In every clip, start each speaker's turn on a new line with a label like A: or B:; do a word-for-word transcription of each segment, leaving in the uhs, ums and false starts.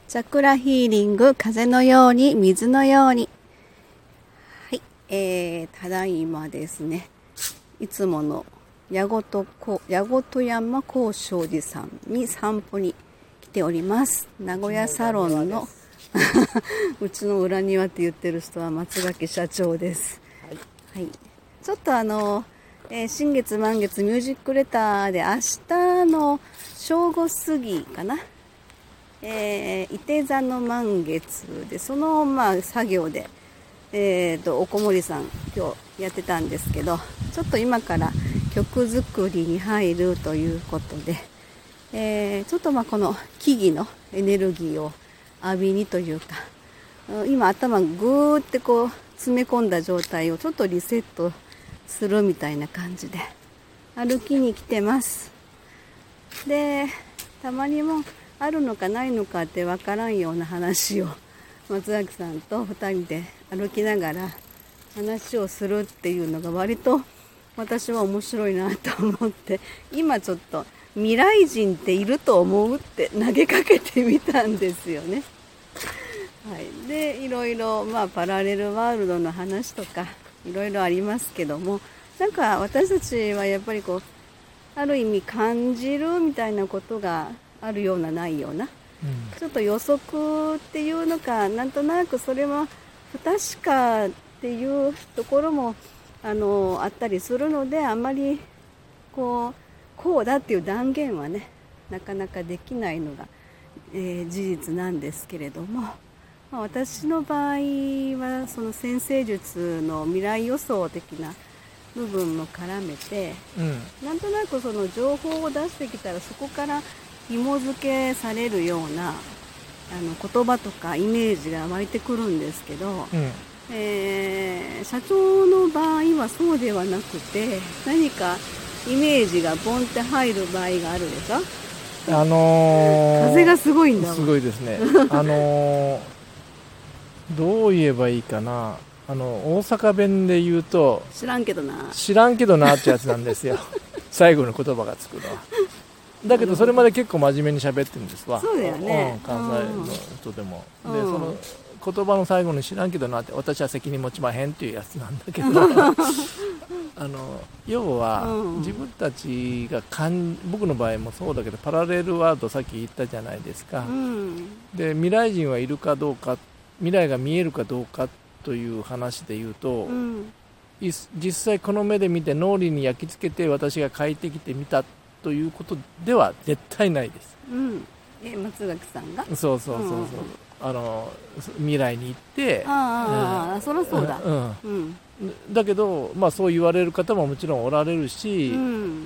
A: チャクラヒーリング、風のように水のように。はい、えー、ただいまですね、いつもの矢事山高尚寺さんに散歩に来ております。名古屋サロンのうちの裏庭って言ってる人は松垣社長です。はい、はい、ちょっとあの、えー、新月満月ミュージックレターで明日の正午過ぎかな、えー、伊手座の満月で、そのまあ作業で、えー、とおこもりさん今日やってたんですけど、ちょっと今から曲作りに入るということで、えー、ちょっとまあこの木々のエネルギーを浴びにというか、今頭ぐーってこう詰め込んだ状態をちょっとリセットするみたいな感じで歩きに来てます。で、たまにもあるのかないのかってわからんような話を松崎さんとふたりで歩きながら話をするっていうのが割と私は面白いなと思って、今ちょっと未来人っていると思うって投げかけてみたんですよね。はい、でいろいろ、まあ、パラレルワールドの話とかいろいろありますけども、なんか私たちはやっぱりこうある意味感じるみたいなことがあるようなないような、うん、ちょっと予測っていうのか、なんとなくそれは不確かっていうところもあのあったりするので、あんまりこうこうだっていう断言はねなかなかできないのが、えー、事実なんですけれども、まあ、私の場合はその占星術の未来予想的な部分も絡めて、うん、なんとなくその情報を出してきたらそこから紐付けされるようなあの言葉とかイメージが湧いてくるんですけど、うん、えー、社長の場合はそうではなくて、何かイメージがボンって入る場合があるでしょ。あのー、風がすごいんだわ。
B: すごいですね。あのー、どう言えばいいかな、あの大阪弁で言うと
A: 知らんけどな
B: 知らんけどなってやつなんですよ最後の言葉がつくのは。だけどそれまで結構真面目に喋ってるんですわ。
A: そうだよね、
B: うん、関西の人でも、うん、でその言葉の最後に知らんけどなって、私は責任持ちまへんっていうやつなんだけどあの要は、うん、自分たちがかん僕の場合もそうだけどパラレルワールドさっき言ったじゃないですか、うん、で未来人はいるかどうか、未来が見えるかどうかという話で言うと、うん、実際この目で見て脳裏に焼き付けて私が帰ってきてみたということでは絶対ないです、
A: うん、え松垣さんが
B: そうそうそうそう、うん、あの未来に行って
A: ああ、うん、そりゃそうだ、うんうん、
B: だけど、まあ、そう言われる方ももちろんおられるし、うん、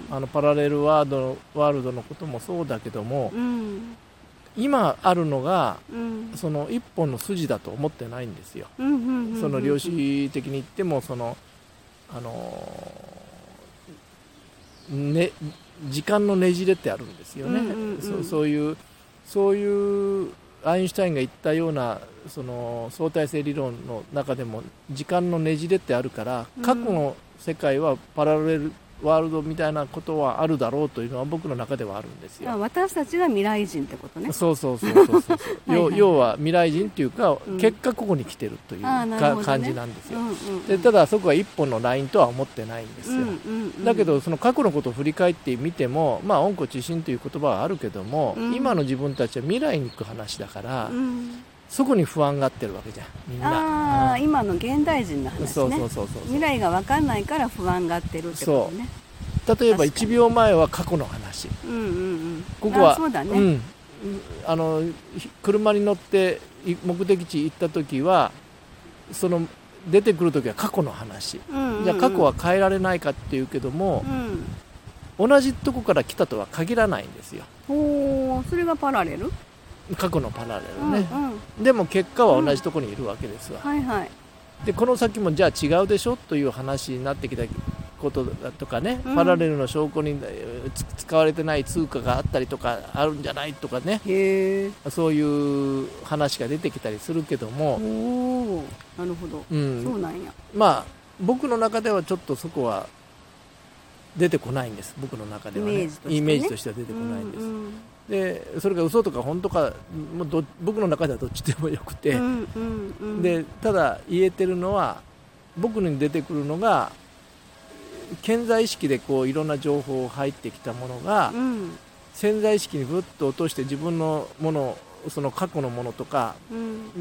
B: あのパラレルワールド、ワールドのこともそうだけども、うん、今あるのが、うん、その一本の筋だと思ってないんですよ。その量子的に言ってもその、あのね、時間のねじれってあるんですよね、うんうんうん、そ, そういうそういうアインシュタインが言ったようなその相対性理論の中でも時間のねじれってあるから、過去の世界はパラレルワールドみたいなことはあるだろうというのは僕の中ではあるんですよ。
A: 私たちが未来人ってことね。
B: そうそうそうそうそうはい、はい、要は未来人っていうか、うん、結果ここに来てるというか、ね、感じなんですよ、うんうんうん、でただそこは一本のラインとは思ってないんですよ、うんうんうん、だけどその過去のことを振り返ってみても、まあ温故知新という言葉はあるけども、うん、今の自分たちは未来に行く話だから、うん、そこに不安がってるわけじゃんみんな。
A: あ、うん、今の現代人の話ね。そうそうそうそうそう、未来が分かんないから不安がってるってことね。
B: 例えばいちびょうまえは過去の話、うんうんうん、ここはそうだね、うん、あの車に乗って目的地行った時はその出てくる時は過去の話、うんうんうん、じゃあ過去は変えられないかっていうけども、うん、同じとこから来たとは限らないんですよ。
A: お、それがパラレル、
B: 過去のパラレルね、うんうん、でも結果は同じところにいるわけですわ、
A: うん、はいはい、
B: でこの先もじゃあ違うでしょという話になってきたことだとかね、うん、パラレルの証拠に使われてない通貨があったりとかあるんじゃないとかね、へー、そういう話が出てきたりするけども、
A: お、なるほど、うん、そうなんや。
B: まあ僕の中ではちょっとそこは出てこないんです。僕の中ではね、イメージとして、ね、イメージとしては出てこないんです、うんうん、 でそれが嘘とか本当かもうど僕の中ではどっちでもよくて、
A: うんうんうん、
B: でただ言えてるのは僕に出てくるのが潜在意識でこういろんな情報入ってきたものが、うん、潜在意識にぶっと落として自分のものその過去のものとか、うん、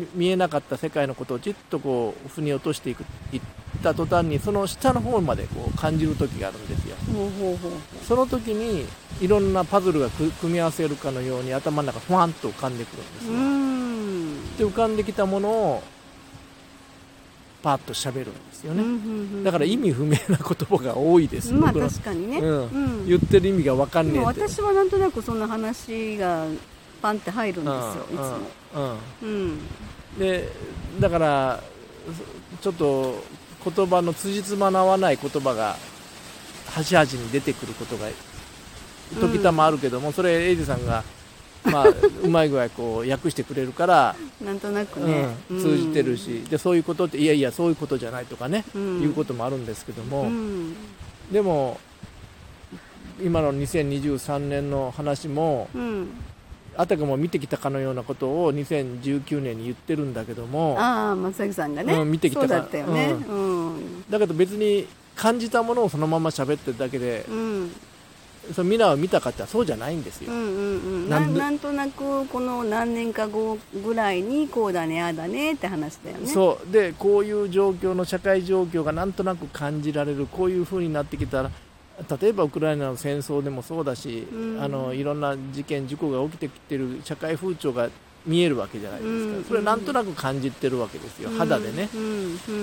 B: 見えなかった世界のことをじっとこう腑に落としていくいった途端にその下の方までこう感じる時があるんですよ。ほうほうほう。その時にいろんなパズルが組み合わせるかのように頭の中ふわんと浮かんでくるんですよ。うんで浮かんできたものをパーッと喋るんですよね、うんうんうん、だから意味不明な言葉が多いです。
A: まあ確かにね、
B: うんうん、言ってる意味が分かんねえって。
A: 私はなんとなくそんな話がパンって入るんですよ、うん、いつも、うんうん、
B: でだからちょっと言葉の辻褄の合わない言葉が端々に出てくることが時たまあるけども、うん、それエイジさんがまあ、うまい具合こう訳してくれるから
A: なんとなくね、
B: うん、通じてるし、うん、でそういうことっていやいやそういうことじゃないとかね、うん、いうこともあるんですけども、うん、でも今のにせんにじゅうさんねんの話も、うん、あたかも見てきたかのようなことをにせんじゅうきゅうねんに言ってるんだけども、
A: ああ松崎さんがね、
B: うん、見てきたか
A: そうだったよね、
B: うんうん、だけど別に感じたものをそのまま喋ってるだけで、うんそのミラーを見たかってそうじゃないんですよ、うんうん
A: うん、な, なんとなくこの何年か後ぐらいにこうだねああだねって話だよね。
B: そうでこういう状況の社会状況がなんとなく感じられるこういう風になってきたら例えばウクライナの戦争でもそうだし、うん、あのいろんな事件事故が起きてきてる社会風潮が見えるわけじゃないですか、うん、それはなんとなく感じてるわけですよ、うん、肌でね、うんうん、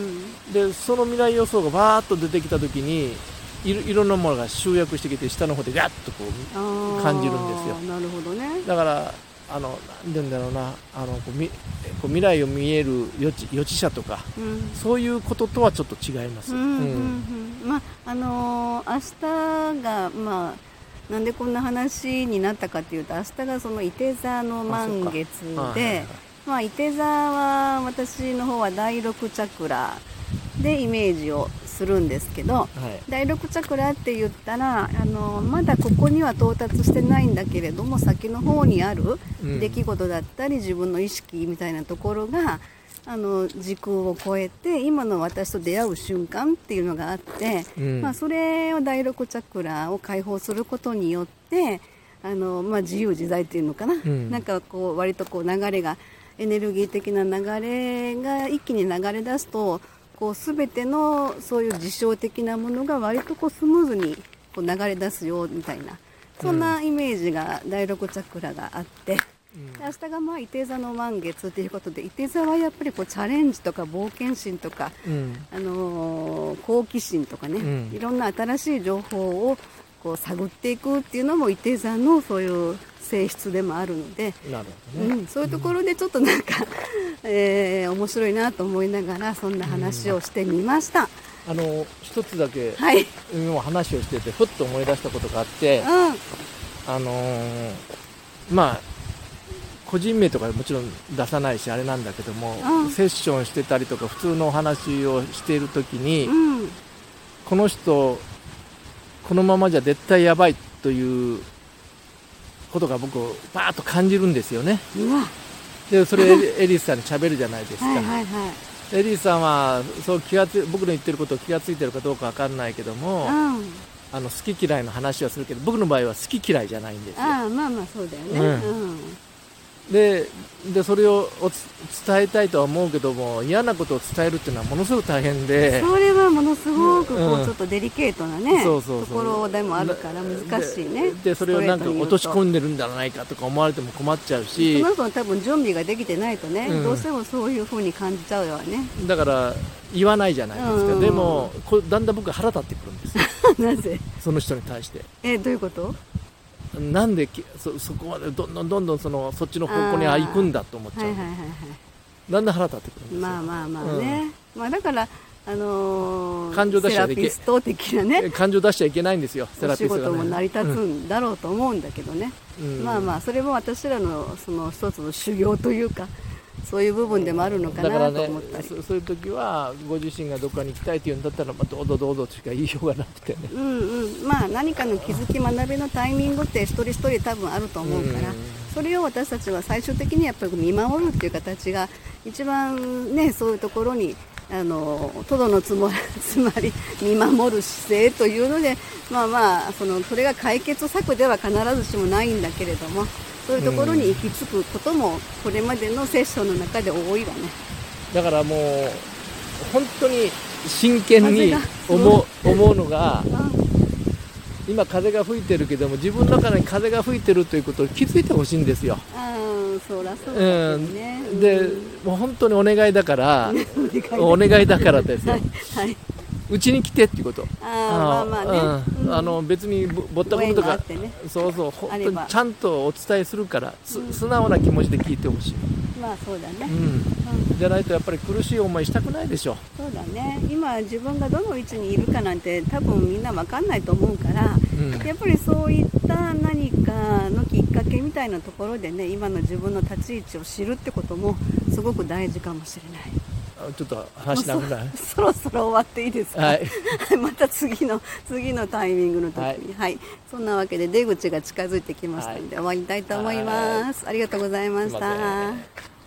B: でその未来予想がバーッと出てきた時にい ろ, いろんなものが集約してきて下の方でガッとこう感じるんですよ。
A: なるほどね。
B: だからあのなんて言うんだろうなあのこうみこう未来を見える予知、予知者とか、うん、そういうこととはちょっと違います。
A: まああのー、明日がまあなんでこんな話になったかというと明日がそのいて座の満月で、まあいて座は私の方はだいろくチャクラでイメージをするんですけど、はい、だいろくチャクラって言ったらあのまだここには到達してないんだけれども先の方にある出来事だったり、うん、自分の意識みたいなところがあの時空を超えて今の私と出会う瞬間っていうのがあって、うんまあ、それをだいろくチャクラを解放することによってあの、まあ、自由自在っていうのかな、うん、なんかこう割とこう流れがエネルギー的な流れが一気に流れ出すとこう全てのそういう事象的なものが割とこうスムーズにこう流れ出すよみたいなそんなイメージがだいろくチャクラがあって、うん、明日がまあいて座の満月ということでいて座はやっぱりこうチャレンジとか冒険心とか、うんあのー、好奇心とかね、うん、いろんな新しい情報をこう探っていくっていうのもいて座のそういう性質でもあるので、
B: なるほどね、
A: うん、そういうところでちょっとなんか、えー、面白いなと思いながらそんな話をしてみました、
B: うん、あの一つだけ、
A: はい、
B: 今話をしててふっと思い出したことがあって、うん、あのー、まあ個人名とかもちろん出さないしあれなんだけども、うん、セッションしてたりとか普通のお話をしているときに、うん、この人このままじゃ絶対やばいということが僕バーッと感じるんですよね。
A: うわ
B: でそれエリスさんに喋るじゃないですか。
A: はいはいはい、
B: エリスさんはそう気がつ僕の言ってることを気がついてるかどうか分かんないけども、うん、あの好き嫌いの話はするけど僕の場合は好き嫌いじゃないんですよ。
A: ああまあまあそうだよね、うんうん
B: で, でそれを伝えたいとは思うけども嫌なことを伝えるっていうのはものすごく大変で
A: それはものすごくこうちょっとデリケートなね、うん、そうそうそうところでもあるから難しいね。
B: で, でそれをなんか落とし込んでるんじゃないかとか思われても困っちゃうし
A: その人多分準備ができてないとね、うん、どうしてもそういう風に感じちゃうよね。
B: だから言わないじゃないですか、うん、でもこだんだん僕は腹立ってくるんですよ
A: なぜ
B: その人に対して
A: えどういうこと？
B: なんで そ, そこまでどんどんどんどん そ, のそっちの方向に行くんだと思っちゃう、はいはいはいはい、だんだん腹立ってくるんですよ。
A: まあまあまあね、うんまあ、だから、あのー、
B: 感情出しちゃいけ
A: セラピスト的なね
B: 感情出しちゃいけないんですよセラピストが、ね、
A: お仕事も成り立つんだろうと思うんだけどね、うん、まあまあそれも私らのその一つの修行というかそういう部分でもあるのか
B: だからね
A: なと思ったり、
B: そそういう時はご自身がどっかに行きたいっていうんだったら、まあ、どうぞどうぞとしか言いようがなくてね、
A: うんうん、まあ何かの気づき学びのタイミングって一人一人多分あると思うから、
B: うん
A: それを私たちは最終的にやっぱり見守るっていう形が一番ね、そういうところにあのとどのつまつまり見守る姿勢というので、まあまあそのそれが解決策では必ずしもないんだけれども、そういうところに行き着くこともこれまでのセッションの中で多いわね。
B: だからもう本当に真剣に思う思うのが、今風が吹いてるけども自分の中に風が吹いてるということを気づいてほしいんですよ。
A: ああ、そらそうだね、
B: うん、でもう本当にお願いだからお願いだからですよ、はいはい、うちに来てっていうこと。
A: ああ、まあまあね、
B: うん、あの別にぼったくるとか、ね、そうそう、本当にちゃんとお伝えするから、うん、素直な気持ちで聞いてほしい。
A: まあそうだね、
B: うんうん、じゃないとやっぱり苦しい思いしたくないでしょ。
A: そうだね、今自分がどの位置にいるかなんて多分みんな分かんないと思うから、うん、やっぱりそういった何かのきっかけみたいなところでね、今の自分の立ち位置を知るってこともすごく大事かもしれない。
B: ちょっと話しなくない？
A: そ, そろそろ終わっていいですか？はい、また次の次のタイミングの時に、はい、はい、そんなわけで出口が近づいてきましたので、はい、終わりたいと思います。ありがとうございました。